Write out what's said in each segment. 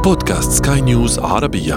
بودكاست سكاي نيوز عربية.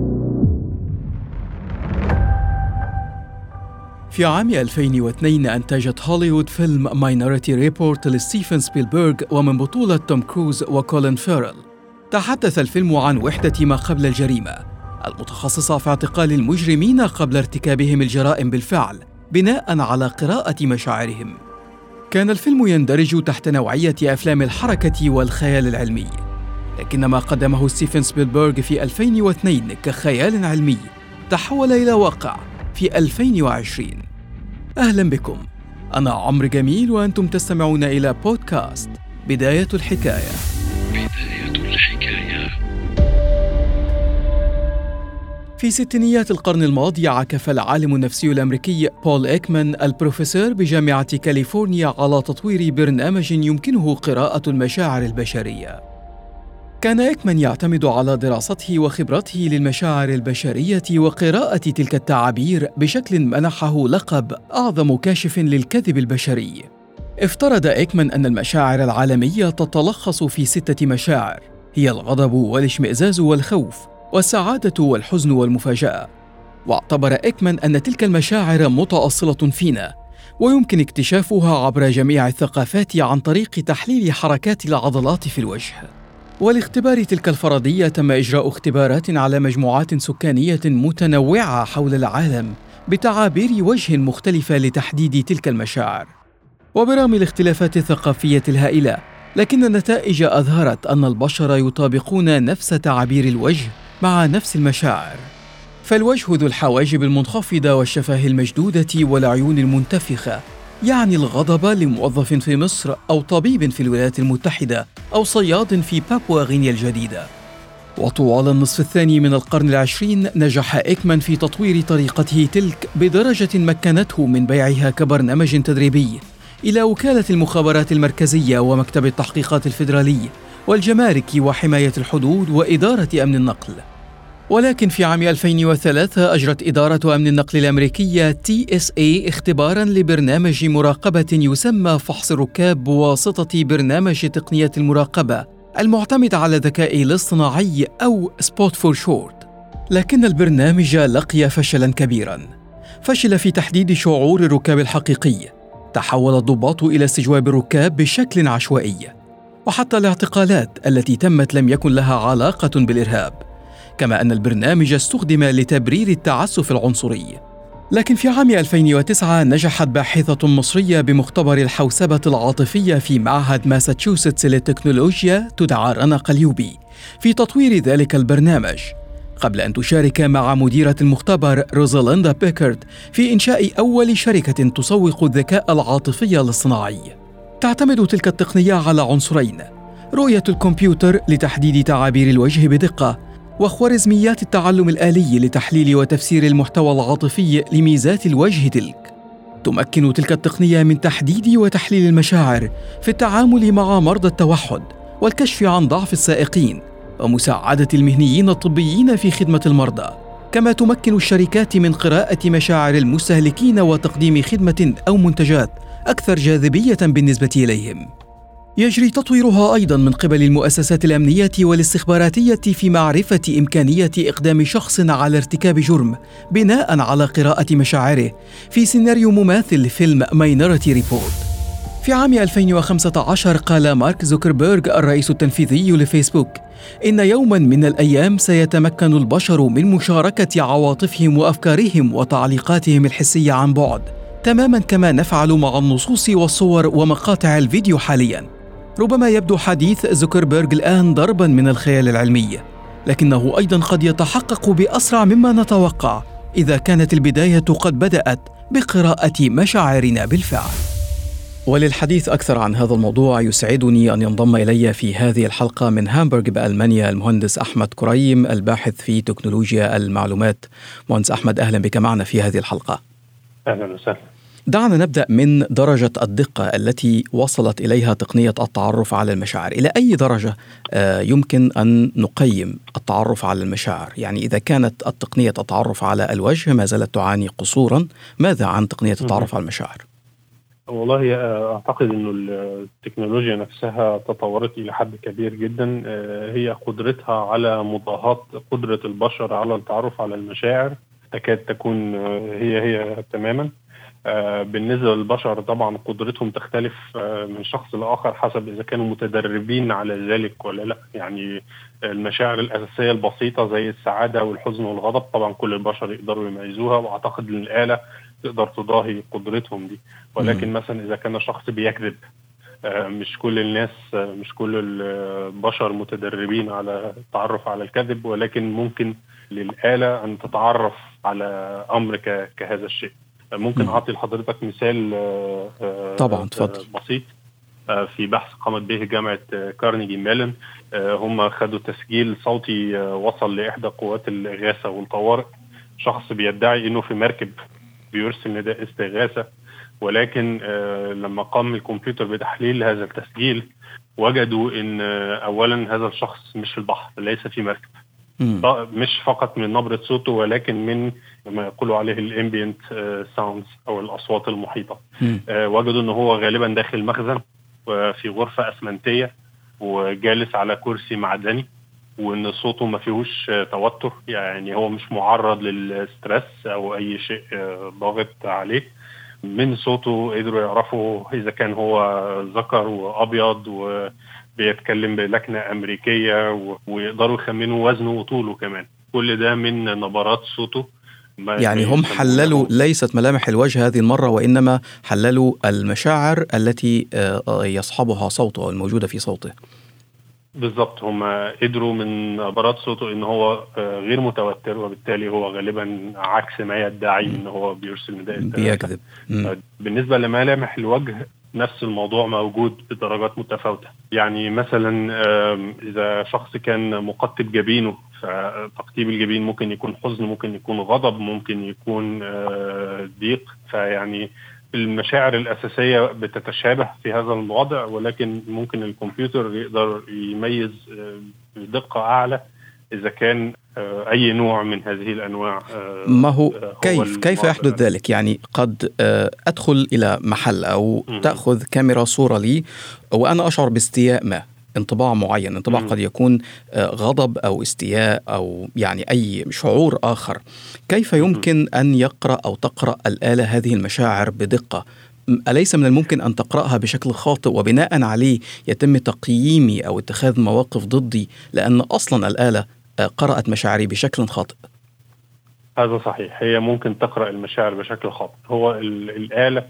في عام 2002 أنتجت هوليوود فيلم ماينورتي ريبورت لستيفن سبيلبرغ ومن بطولة توم كروز وكولين فيرل. تحدث الفيلم عن وحدة ما قبل الجريمة المتخصصة في اعتقال المجرمين قبل ارتكابهم الجرائم بالفعل بناء على قراءة مشاعرهم. كان الفيلم يندرج تحت نوعية أفلام الحركة والخيال العلمي، لكن ما قدمه ستيفن سبيلبرغ في 2002 كخيال علمي تحول إلى واقع في 2020. أهلا بكم، أنا عمرو جميل وأنتم تستمعون إلى بودكاست بداية الحكاية. في ستينيات القرن الماضي عكف العالم النفسي الأمريكي بول إيكمان البروفيسور بجامعة كاليفورنيا على تطوير برنامج يمكنه قراءة المشاعر البشرية. كان إيكمان يعتمد على دراسته وخبرته للمشاعر البشرية وقراءة تلك التعابير بشكل منحه لقب أعظم كاشف للكذب البشري. افترض إيكمان أن المشاعر العالمية تتلخص في 6 مشاعر، هي الغضب والاشمئزاز والخوف والسعادة والحزن والمفاجأة. واعتبر إيكمان أن تلك المشاعر متأصلة فينا ويمكن اكتشافها عبر جميع الثقافات عن طريق تحليل حركات العضلات في الوجه. ولاختبار تلك الفرضية تم إجراء اختبارات على مجموعات سكانية متنوعة حول العالم بتعابير وجه مختلفة لتحديد تلك المشاعر. وبرغم الاختلافات الثقافية الهائلة، لكن النتائج أظهرت أن البشر يطابقون نفس تعابير الوجه مع نفس المشاعر. فالوجه ذو الحواجب المنخفضة والشفاه المشدودة والعيون المنتفخة يعني الغضب لموظف في مصر أو طبيب في الولايات المتحدة أو صياد في بابوا غينيا الجديدة. وطوال النصف الثاني من القرن العشرين نجح إيكمان في تطوير طريقته تلك بدرجة مكنته من بيعها كبرنامج تدريبي إلى وكالة المخابرات المركزية ومكتب التحقيقات الفيدرالي والجمارك وحماية الحدود وإدارة أمن النقل. ولكن في عام 2003 أجرت إدارة أمن النقل الأمريكية TSA اختباراً لبرنامج مراقبة يسمى فحص الركاب بواسطة برنامج تقنية المراقبة المعتمد على الذكاء الاصطناعي أو Spot for Short. لكن البرنامج لقي فشلاً كبيراً، فشل في تحديد شعور الركاب الحقيقي. تحول الضباط إلى استجواب الركاب بشكل عشوائي، وحتى الاعتقالات التي تمت لم يكن لها علاقة بالإرهاب. كما أن البرنامج استخدم لتبرير التعسف العنصري. لكن في عام 2009 نجحت باحثة مصرية بمختبر الحوسبة العاطفية في معهد ماساتشوستس للتكنولوجيا تدعى رنا قليوبي في تطوير ذلك البرنامج، قبل أن تشارك مع مديرة المختبر روزاليندا بيكارد في إنشاء أول شركة تسوق الذكاء العاطفي الاصطناعي. تعتمد تلك التقنية على عنصرين: رؤية الكمبيوتر لتحديد تعابير الوجه بدقة، وخوارزميات التعلم الآلي لتحليل وتفسير المحتوى العاطفي لميزات الوجه تلك. تمكن تلك التقنية من تحديد وتحليل المشاعر في التعامل مع مرضى التوحد والكشف عن ضعف السائقين ومساعدة المهنيين الطبيين في خدمة المرضى. كما تمكن الشركات من قراءة مشاعر المستهلكين وتقديم خدمة أو منتجات أكثر جاذبية بالنسبة إليهم. يجري تطويرها أيضاً من قبل المؤسسات الأمنية والاستخباراتية في معرفة إمكانية إقدام شخص على ارتكاب جرم بناء على قراءة مشاعره في سيناريو مماثل لفيلم ماينورتي ريبورت. في عام 2015 قال مارك زوكربيرغ الرئيس التنفيذي لفيسبوك إن يوماً من الأيام سيتمكن البشر من مشاركة عواطفهم وأفكارهم وتعليقاتهم الحسية عن بعد، تماماً كما نفعل مع النصوص والصور ومقاطع الفيديو حالياً. ربما يبدو حديث زوكربيرغ الآن ضرباً من الخيال العلمي، لكنه أيضاً قد يتحقق بأسرع مما نتوقع إذا كانت البداية قد بدأت بقراءة مشاعرنا بالفعل. وللحديث أكثر عن هذا الموضوع يسعدني أن ينضم إلي في هذه الحلقة من هامبورغ بألمانيا المهندس أحمد كريم الباحث في تكنولوجيا المعلومات. مهندس أحمد، أهلا بك معنا في هذه الحلقة. أهلا وسهلا. دعنا نبدأ من درجة الدقة التي وصلت إليها تقنية التعرف على المشاعر. إلى أي درجة يمكن أن نقيم التعرف على المشاعر؟ يعني إذا كانت التقنية التعرف على الوجه ما زالت تعاني قصورا، ماذا عن تقنية التعرف على المشاعر؟ والله أعتقد إنه التكنولوجيا نفسها تطورت إلى حد كبير جدا. هي قدرتها على مضاهاة قدرة البشر على التعرف على المشاعر تكاد تكون هي تماما. بالنسبة للبشر طبعا قدرتهم تختلف من شخص لآخر حسب إذا كانوا متدربين على ذلك ولا لا. يعني المشاعر الأساسية البسيطة زي السعادة والحزن والغضب طبعا كل البشر يقدروا يميزوها، وأعتقد أن الآلة تقدر تضاهي قدرتهم دي. ولكن مثلا إذا كان شخص بيكذب، مش كل الناس، مش كل البشر متدربين على التعرف على الكذب، ولكن ممكن للآلة أن تتعرف على أمر كهذا الشيء. ممكن أعطي لحضرتك مثال طبعا تفضل. بسيط. في بحث قامت به جامعة كارنيجي ميلون، هم خدوا تسجيل صوتي وصل لإحدى قوات الإغاثة والطوارئ. شخص بيدعي إنه في مركب بيرسل نداء استغاثة، ولكن لما قام الكمبيوتر بتحليل هذا التسجيل وجدوا إن أولا هذا الشخص مش في البحر، ليس في مركب. مش فقط من نبرة صوته ولكن من ما يقولوا عليه الامبيانت ساوندز أو الأصوات المحيطة. وجدوا إنه هو غالبا داخل مخزن في غرفة أسمنتية وجالس على كرسي معدني، وإن صوته ما فيهوش توتر، يعني هو مش معرض للسترس أو أي شيء ضاغط عليه. من صوته قدروا يعرفوا إذا كان هو ذكر وأبيض وبيتكلم بلكنة أمريكية، ويقدروا يخمنوا وزنه وطوله كمان. كل ده من نبرات صوته. يعني هم حللوا ليست ملامح الوجه هذه المرة، وإنما حللوا المشاعر التي يصحبها صوته أو الموجودة في صوته. بالضبط، هم قدروا من نبرات صوته إن هو غير متوتر، وبالتالي هو غالبا عكس ما يدعي إن هو بيرسل نداء بيكذب. بالنسبة لملامح الوجه نفس الموضوع موجود بدرجات متفاوتة. يعني مثلا إذا شخص كان مقطب جبينه، فتقطيب الجبين ممكن يكون حزن، ممكن يكون غضب، ممكن يكون ضيق. فيعني المشاعر الأساسية بتتشابه في هذا الوضع، ولكن ممكن الكمبيوتر يقدر يميز بدقة أعلى إذا كان أي نوع من هذه الأنواع. ما هو كيف يحدث ذلك؟ يعني قد أدخل إلى محل أو تأخذ كاميرا صورة لي وأنا أشعر باستياء ما، انطباع معين، انطباع قد يكون غضب أو استياء أو يعني أي شعور آخر. كيف يمكن أن يقرأ أو تقرأ الآلة هذه المشاعر بدقة؟ أليس من الممكن أن تقرأها بشكل خاطئ وبناء عليه يتم تقييمي أو اتخاذ مواقف ضدي لأن أصلا الآلة قرأت مشاعري بشكل خاطئ؟ هذا صحيح، هي ممكن تقرأ المشاعر بشكل خاطئ. هو الآلة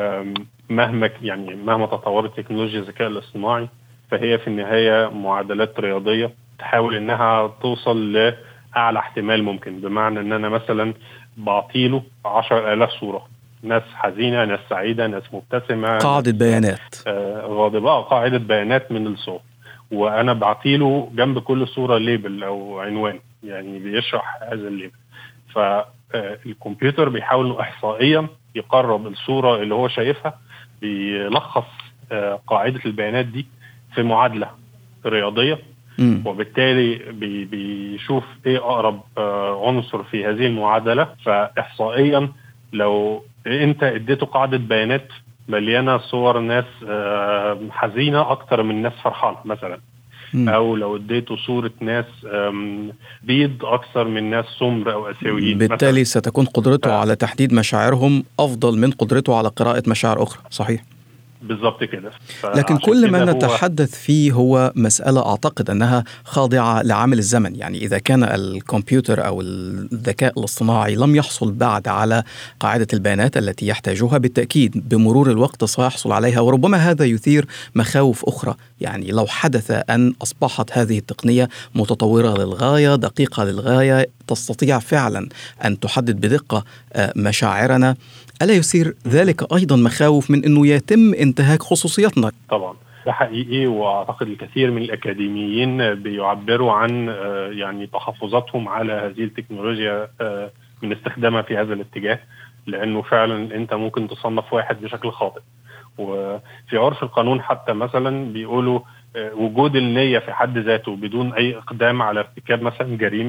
مهما تطورت تكنولوجيا الذكاء الاصطناعي، فهي في النهاية معادلات رياضية تحاول إنها توصل لأعلى احتمال ممكن. بمعنى إن أنا مثلا بعطيله 10,000 صورة، ناس حزينة، ناس سعيدة، ناس مبتسمة، قاعدة بيانات غاضبة، قاعدة بيانات من الصوت، وأنا بعطيله جنب كل صورة ليبل أو عنوان يعني بيشرح هذا الليبل. فالكمبيوتر بيحاول إنه إحصائيا يقرب الصورة اللي هو شايفها، بيلخص قاعدة البيانات دي في معادلة رياضية، وبالتالي بيشوف ايه اقرب عنصر في هذه المعادلة. فاحصائيا لو انت اديته قاعدة بيانات مليانة صور ناس حزينة اكتر من ناس فرحانة مثلا، او لو اديته صورة ناس بيض اكثر من ناس سمر او اسيويين، بالتالي ستكون قدرته على تحديد مشاعرهم افضل من قدرته على قراءة مشاعر اخرى. صحيح، بالضبط كده. لكن كل ما نتحدث فيه هو مسألة أعتقد أنها خاضعة لعامل الزمن. يعني إذا كان الكمبيوتر أو الذكاء الاصطناعي لم يحصل بعد على قاعدة البيانات التي يحتاجها، بالتأكيد بمرور الوقت سيحصل عليها، وربما هذا يثير مخاوف أخرى. يعني لو حدث أن أصبحت هذه التقنية متطورة للغاية، دقيقة للغاية، تستطيع فعلا أن تحدد بدقة مشاعرنا، ألا يصير ذلك أيضا مخاوف من أنه يتم انتهاك خصوصياتنا؟ طبعا ده حقيقي، وأعتقد الكثير من الأكاديميين بيعبروا عن يعني تحفظاتهم على هذه التكنولوجيا من استخدامها في هذا الاتجاه، لأنه فعلا أنت ممكن تصنف واحد بشكل خاطئ. وفي عرف القانون حتى مثلا بيقولوا وجود النية في حد ذاته بدون أي إقدام على ارتكاب مثلا جريمة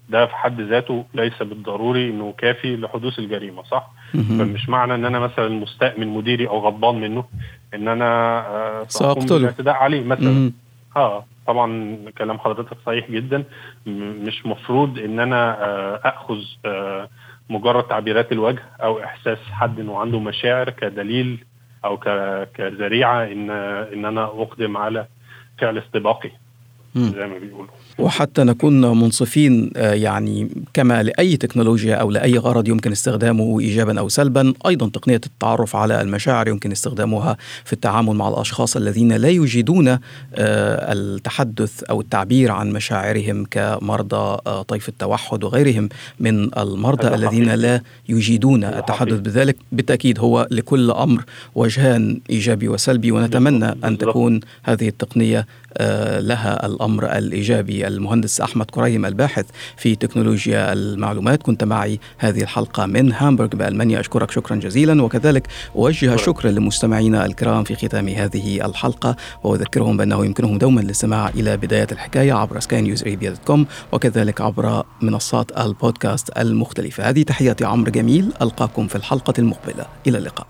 ده في حد ذاته ليس بالضروري انه كافي لحدوث الجريمه، صح؟ فمش معنى ان انا مثلا مستاء من مديري او غضبان منه ان انا سأقوم بالاعتداء عليه مثلا. طبعا كلام حضرتك صحيح جدا. مش مفروض ان انا اخذ مجرد تعبيرات الوجه او احساس حد انه عنده مشاعر كدليل او كذريعه ان انا اقدم على فعل استباقي زي ما بيقولوا. وحتى نكون منصفين، يعني كما لأي تكنولوجيا أو لأي غرض يمكن استخدامه إيجابا أو سلبا، أيضا تقنية التعرف على المشاعر يمكن استخدامها في التعامل مع الأشخاص الذين لا يجيدون التحدث أو التعبير عن مشاعرهم كمرضى طيف التوحد وغيرهم من المرضى الذين لا يجيدون التحدث بذلك. بالتأكيد هو لكل أمر وجهان إيجابي وسلبي، ونتمنى أن تكون هذه التقنية لها الأمر الإيجابي. المهندس أحمد كريم الباحث في تكنولوجيا المعلومات كنت معي هذه الحلقة من هامبورغ بألمانيا. أشكرك شكرا جزيلا، وكذلك أوجه الشكر لمستمعينا الكرام في ختام هذه الحلقة، وأذكرهم بأنه يمكنهم دوما الاستماع إلى بداية الحكاية عبر skynewsarabia.com وكذلك عبر منصات البودكاست المختلفة. هذه تحياتي عمرو جميل، ألقاكم في الحلقة المقبلة، إلى اللقاء.